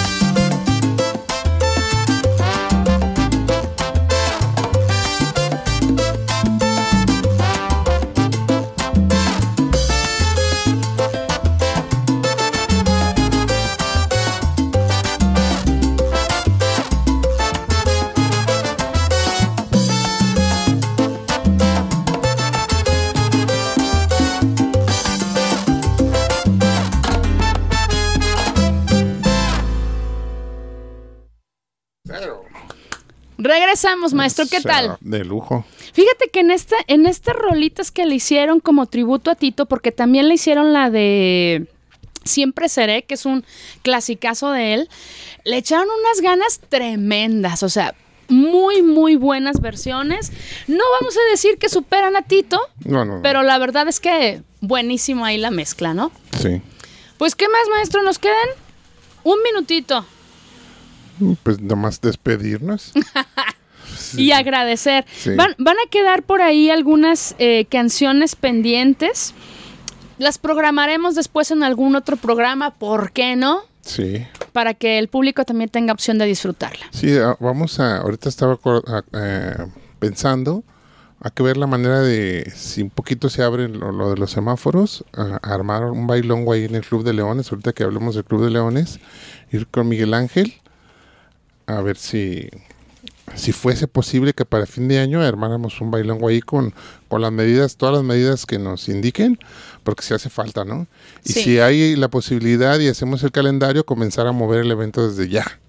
S1: Regresamos, maestro, ¿qué tal?
S2: De lujo.
S1: Fíjate que en estas rolitas que le hicieron como tributo a Tito, porque también le hicieron la de Siempre Seré, que es un clasicazo de él, le echaron unas ganas tremendas, o sea, muy, muy buenas versiones. No vamos a decir que superan a Tito,
S2: No.
S1: pero la verdad es que buenísimo ahí la mezcla, ¿no?
S2: Sí.
S1: Pues, ¿qué más, maestro? Nos quedan un minutito.
S2: Pues nomás despedirnos.
S1: Y agradecer.
S2: Sí.
S1: Van a quedar por ahí algunas canciones pendientes. Las programaremos después en algún otro programa, ¿por qué no?
S2: Sí.
S1: Para que el público también tenga opción de disfrutarla.
S2: Sí, ahorita estaba pensando, hay que ver la manera de, si un poquito se abre lo de los semáforos, a armar un bailongo ahí en el Club de Leones, ahorita que hablemos del Club de Leones, ir con Miguel Ángel, a ver si fuese posible que para fin de año armáramos un bailongo ahí con las medidas, todas las medidas que nos indiquen, porque si hace falta, ¿no? Y
S1: Sí.
S2: si hay la posibilidad y hacemos el calendario, comenzar a mover el evento desde ya.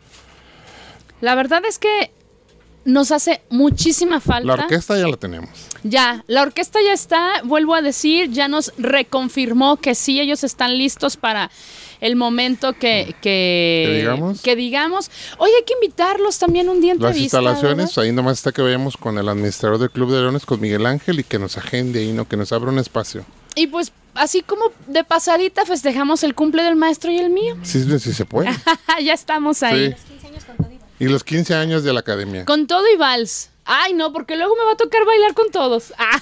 S1: La verdad es que nos hace muchísima falta.
S2: La orquesta ya la tenemos.
S1: Ya, la orquesta ya está, vuelvo a decir, ya nos reconfirmó que sí, ellos están listos para el momento que digamos. Oye, hay que invitarlos también un día a
S2: Las
S1: entrevista,
S2: instalaciones,
S1: ¿verdad?
S2: ahí nomás está que vayamos con el administrador del Club de Leones, con Miguel Ángel, y que nos agende ahí, ¿no? Que nos abra un espacio.
S1: Y pues, así como de pasadita festejamos el cumple del maestro y el mío.
S2: Sí se puede.
S1: Ya estamos ahí.
S2: Sí. Y los 15 años de la academia.
S1: Con todo y vals. Ay, no, porque luego me va a tocar bailar con todos. Ah.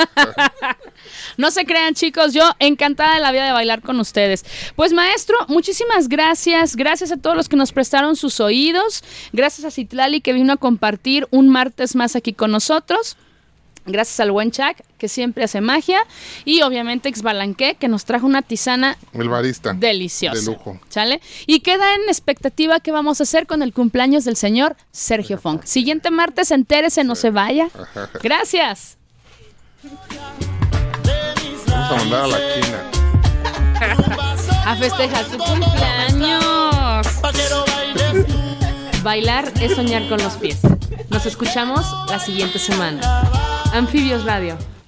S1: No se crean, chicos, yo encantada de la vida de bailar con ustedes. Pues, maestro, muchísimas gracias. Gracias a todos los que nos prestaron sus oídos. Gracias a Citlali, que vino a compartir un martes más aquí con nosotros. Gracias al buen Chac, que siempre hace magia. Y obviamente Xbalanqué, que nos trajo una tisana
S2: El barista.
S1: deliciosa.
S2: De lujo.
S1: ¿Sale? Y queda en expectativa qué vamos a hacer con el cumpleaños del señor Sergio Funk. Siguiente martes, entérese, no se vaya. Gracias.
S2: Vamos a mandar a la China.
S1: A festejar su cumpleaños. Bailar es soñar con los pies. Nos escuchamos la siguiente semana. Anfibios Radio.